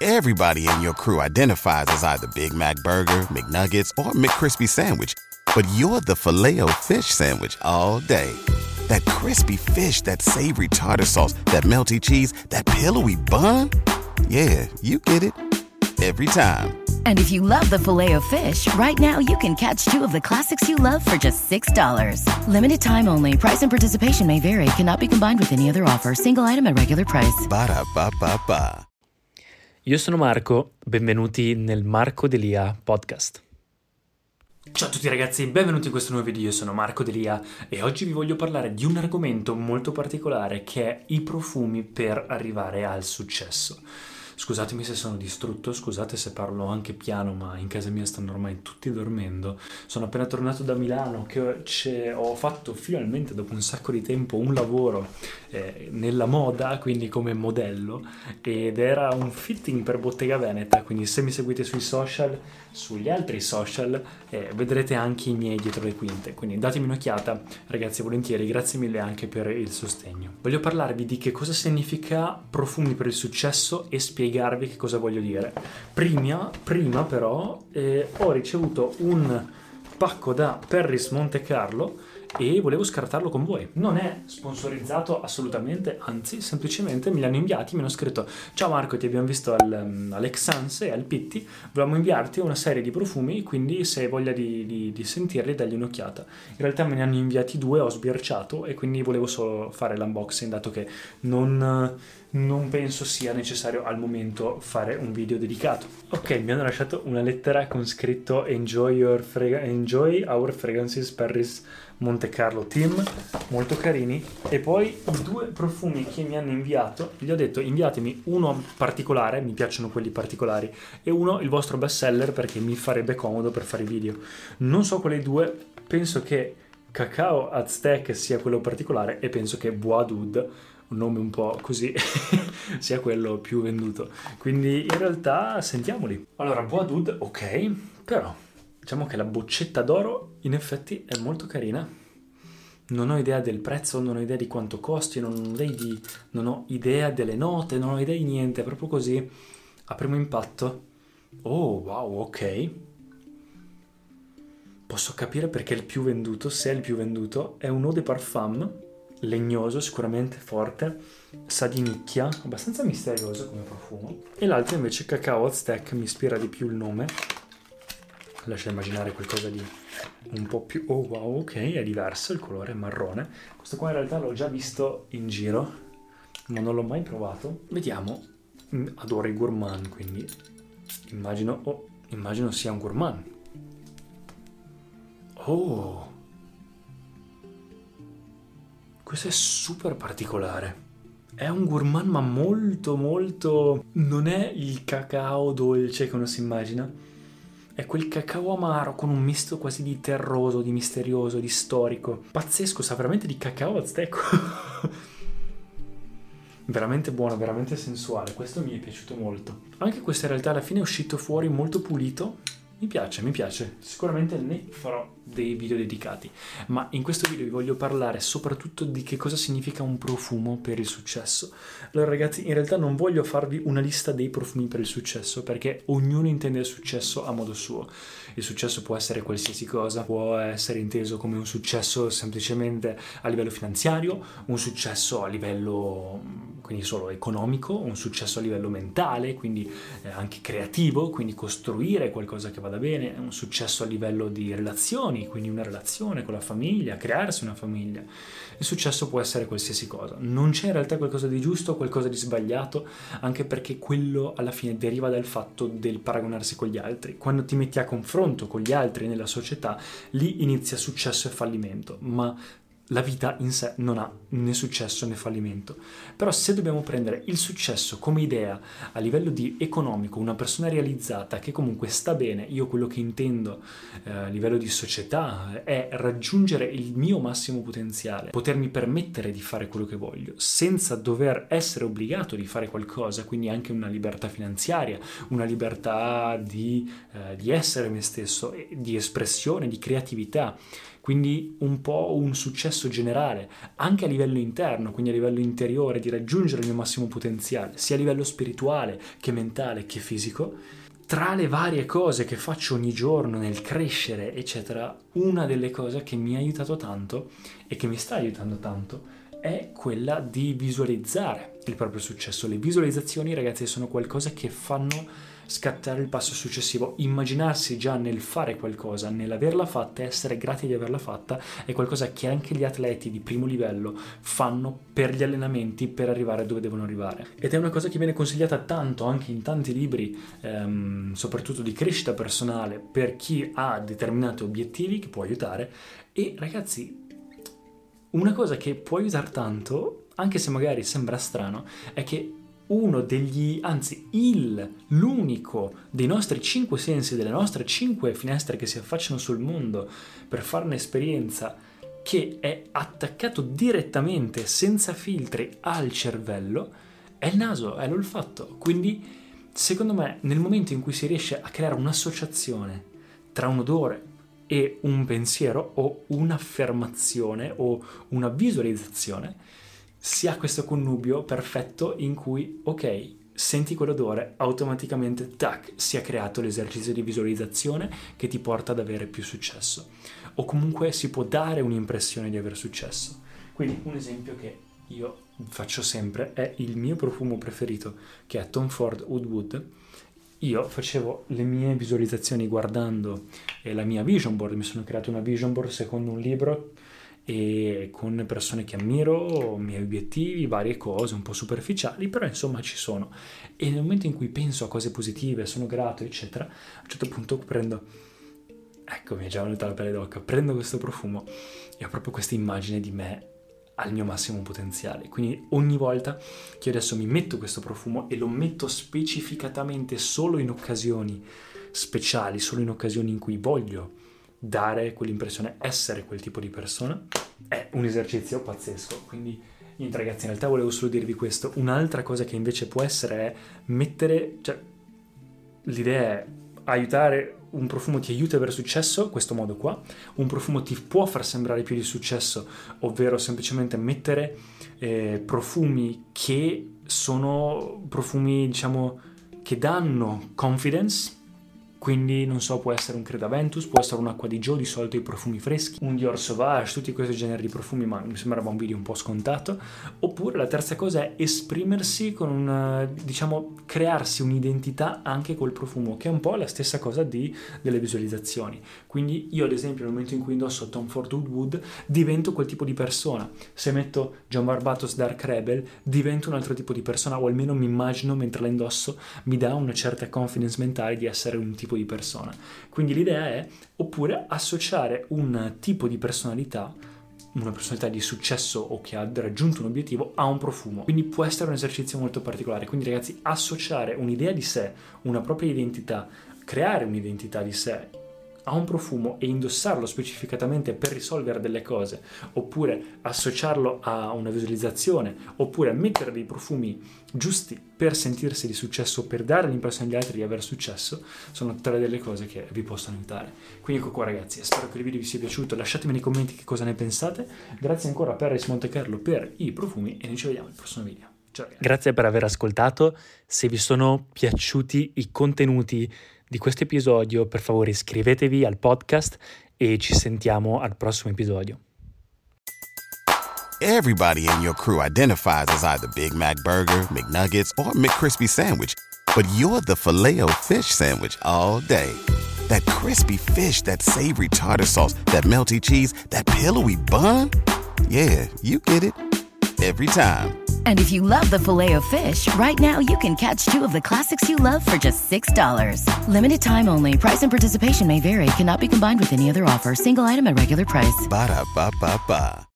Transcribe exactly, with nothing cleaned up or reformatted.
Everybody in your crew identifies as either Big Mac Burger, McNuggets, or McCrispy Sandwich. But you're the Filet-O-Fish Sandwich all day. That crispy fish, that savory tartar sauce, that melty cheese, that pillowy bun. Yeah, you get it. Every time. And if you love the Filet-O-Fish, right now you can catch two of the classics you love for just six dollars. Limited time only. Price and participation may vary. Cannot be combined with any other offer. Single item at regular price. Ba-da-ba-ba-ba. Io sono Marco, benvenuti nel Marco Delia podcast. Ciao a tutti ragazzi, benvenuti in questo nuovo video, io sono Marco Delia e oggi vi voglio parlare di un argomento molto particolare che è i profumi per arrivare al successo. Scusatemi se sono distrutto, scusate se parlo anche piano, ma in casa mia stanno ormai tutti dormendo. Sono appena tornato da Milano, che ho fatto finalmente dopo un sacco di tempo un lavoro eh, nella moda, quindi come modello, ed era un fitting per Bottega Veneta, quindi se mi seguite sui social, sugli altri social, eh, vedrete anche i miei dietro le quinte, quindi datemi un'occhiata ragazzi, volentieri, grazie mille anche per il sostegno. Voglio parlarvi di che cosa significa profumi per il successo e spiegarvi che cosa voglio dire. Prima, prima però eh, ho ricevuto un pacco da Perris Monte Carlo e volevo scartarlo con voi. Non è sponsorizzato assolutamente, anzi semplicemente me li hanno inviati, mi hanno scritto: ciao Marco, ti abbiamo visto al, um, all'Exanse e al Pitti, volevamo inviarti una serie di profumi, quindi se hai voglia di, di, di sentirli dagli un'occhiata. In realtà me ne hanno inviati due, ho sbirciato e quindi volevo solo fare l'unboxing, dato che non, non penso sia necessario al momento fare un video dedicato. Ok, mi hanno lasciato una lettera con scritto Enjoy, your frega- enjoy our fragrances Perris Monte Carlo Team, molto carini. E poi i due profumi che mi hanno inviato, gli ho detto inviatemi uno particolare, mi piacciono quelli particolari, e uno il vostro best seller perché mi farebbe comodo per fare i video. Non so quali due, penso che Cacao Aztec sia quello particolare e penso che Bois d'Oud, un nome un po' così, sia quello più venduto. Quindi in realtà sentiamoli. Allora, Bois d'Oud, ok, però diciamo che la boccetta d'oro in effetti è molto carina. Non ho idea del prezzo, non ho idea di quanto costi, non ho idea, di, non ho idea delle note, non ho idea di niente, è proprio così a primo impatto. Oh, wow, ok. Posso capire perché è il più venduto, se è il più venduto. È un eau de parfum, legnoso, sicuramente forte, sa di nicchia, abbastanza misterioso come profumo. E l'altro invece Cacao Aztec, mi ispira di più il nome. Lascia immaginare qualcosa di un po' più... Oh wow, ok, è diverso, il colore è marrone. Questo qua in realtà l'ho già visto in giro, ma non l'ho mai provato. Vediamo. Adoro i gourmand, quindi immagino, oh, immagino sia un gourmand. Oh! Questo è super particolare. È un gourmand ma molto molto... Non è il cacao dolce che uno si immagina. È quel cacao amaro con un misto quasi di terroso, di misterioso, di storico. Pazzesco, sa veramente di cacao azteco. Veramente buono, veramente sensuale. Questo mi è piaciuto molto. Anche questo in realtà alla fine è uscito fuori molto pulito. Mi piace, mi piace. Sicuramente ne farò dei video dedicati. Ma in questo video vi voglio parlare soprattutto di che cosa significa un profumo per il successo. Allora ragazzi, in realtà non voglio farvi una lista dei profumi per il successo, perché ognuno intende il successo a modo suo. Il successo può essere qualsiasi cosa, può essere inteso come un successo semplicemente a livello finanziario, un successo a livello quindi solo economico, un successo a livello mentale, quindi eh, anche creativo, quindi costruire qualcosa che vada bene, un successo a livello di relazioni, quindi una relazione con la famiglia, crearsi una famiglia. Il successo può essere qualsiasi cosa, non c'è in realtà qualcosa di giusto o qualcosa di sbagliato, anche perché quello alla fine deriva dal fatto del paragonarsi con gli altri. Quando ti metti a confronto con gli altri nella società, lì inizia successo e fallimento, ma la vita in sé non ha né successo né fallimento. Però se dobbiamo prendere il successo come idea a livello di economico, una persona realizzata che comunque sta bene, io quello che intendo eh, a livello di società è raggiungere il mio massimo potenziale, potermi permettere di fare quello che voglio senza dover essere obbligato di fare qualcosa, quindi anche una libertà finanziaria, una libertà di, eh, di essere me stesso, di espressione, di creatività. quindi un po' un successo generale, anche a livello interno, quindi a livello interiore, di raggiungere il mio massimo potenziale, sia a livello spirituale che mentale che fisico. Tra le varie cose che faccio ogni giorno nel crescere, eccetera, una delle cose che mi ha aiutato tanto e che mi sta aiutando tanto è quella di visualizzare il proprio successo. Le visualizzazioni, ragazzi, sono qualcosa che fanno scattare il passo successivo. Immaginarsi già nel fare qualcosa, nell'averla fatta, essere grati di averla fatta, è qualcosa che anche gli atleti di primo livello fanno per gli allenamenti, per arrivare dove devono arrivare. Ed è una cosa che viene consigliata tanto anche in tanti libri, ehm, soprattutto di crescita personale, per chi ha determinati obiettivi, che può aiutare. E ragazzi, una cosa che può aiutare tanto, anche se magari sembra strano, è che uno degli, anzi il, l'unico dei nostri cinque sensi, delle nostre cinque finestre che si affacciano sul mondo per fare un'esperienza, che è attaccato direttamente, senza filtri, al cervello, è il naso, è l'olfatto. Quindi, secondo me, nel momento in cui si riesce a creare un'associazione tra un odore e un pensiero o un'affermazione o una visualizzazione, si ha questo connubio perfetto in cui, ok, senti quell'odore, automaticamente, tac, si è creato l'esercizio di visualizzazione che ti porta ad avere più successo. O comunque si può dare un'impressione di aver successo. Quindi un esempio che io faccio sempre è il mio profumo preferito, che è Tom Ford Oud Wood. Io facevo le mie visualizzazioni guardando la mia vision board, mi sono creato una vision board secondo un libro e con persone che ammiro, miei obiettivi, varie cose un po' superficiali, però insomma ci sono. E nel momento in cui penso a cose positive, sono grato, eccetera, a un certo punto prendo, ecco, mi è già venuta la pelle d'oca, prendo questo profumo e ho proprio questa immagine di me al mio massimo potenziale. Quindi ogni volta che io adesso mi metto questo profumo e lo metto specificatamente solo in occasioni speciali, solo in occasioni in cui voglio dare quell'impressione, essere quel tipo di persona, è un esercizio pazzesco. Quindi niente ragazzi, in realtà volevo solo dirvi questo. Un'altra cosa che invece può essere è mettere, cioè l'idea è aiutare, un profumo ti aiuta ad avere successo, questo modo qua, un profumo ti può far sembrare più di successo, ovvero semplicemente mettere eh, profumi che sono profumi, diciamo, che danno confidence. Quindi, non so, può essere un Creed Aventus, può essere un'acqua di Joe, di solito i profumi freschi, un Dior Sauvage, tutti questi generi di profumi, ma mi sembrava un video un po' scontato. Oppure la terza cosa è esprimersi con un, diciamo, crearsi un'identità anche col profumo, che è un po' la stessa cosa di, delle visualizzazioni. Quindi io, ad esempio, nel momento in cui indosso Tom Ford Oud Wood, divento quel tipo di persona. Se metto John Barbatos Dark Rebel, divento un altro tipo di persona, o almeno mi immagino mentre la indosso, mi dà una certa confidence mentale di essere un tipo di persona. Quindi l'idea è, oppure associare un tipo di personalità, una personalità di successo o che ha raggiunto un obiettivo, a un profumo. Quindi può essere un esercizio molto particolare. Quindi ragazzi, associare un'idea di sé, una propria identità, creare un'identità di sé a un profumo e indossarlo specificatamente per risolvere delle cose, oppure associarlo a una visualizzazione, oppure mettere dei profumi giusti per sentirsi di successo, per dare l'impressione agli altri di aver successo, sono tre delle cose che vi possono aiutare. Quindi ecco qua ragazzi, spero che il video vi sia piaciuto, lasciatemi nei commenti che cosa ne pensate. Grazie ancora a Paris Monte Carlo per i profumi e noi ci vediamo al prossimo video. Ciao ragazzi. Grazie per aver ascoltato. Se vi sono piaciuti i contenuti di questo episodio, per favore iscrivetevi al podcast e ci sentiamo al prossimo episodio. Everybody in your crew identifies as either Big Mac Burger, McNuggets, or McCrispy Sandwich, but you're the Filet-O-Fish Sandwich all day. That crispy fish, that savory tartar sauce, that melty cheese, that pillowy bun. Yeah, you get it. Every time. And if you love the Filet-O-Fish, right now you can catch two of the classics you love for just six dollars. Limited time only. Price and participation may vary. Cannot be combined with any other offer. Single item at regular price. Ba-da-ba-ba-ba.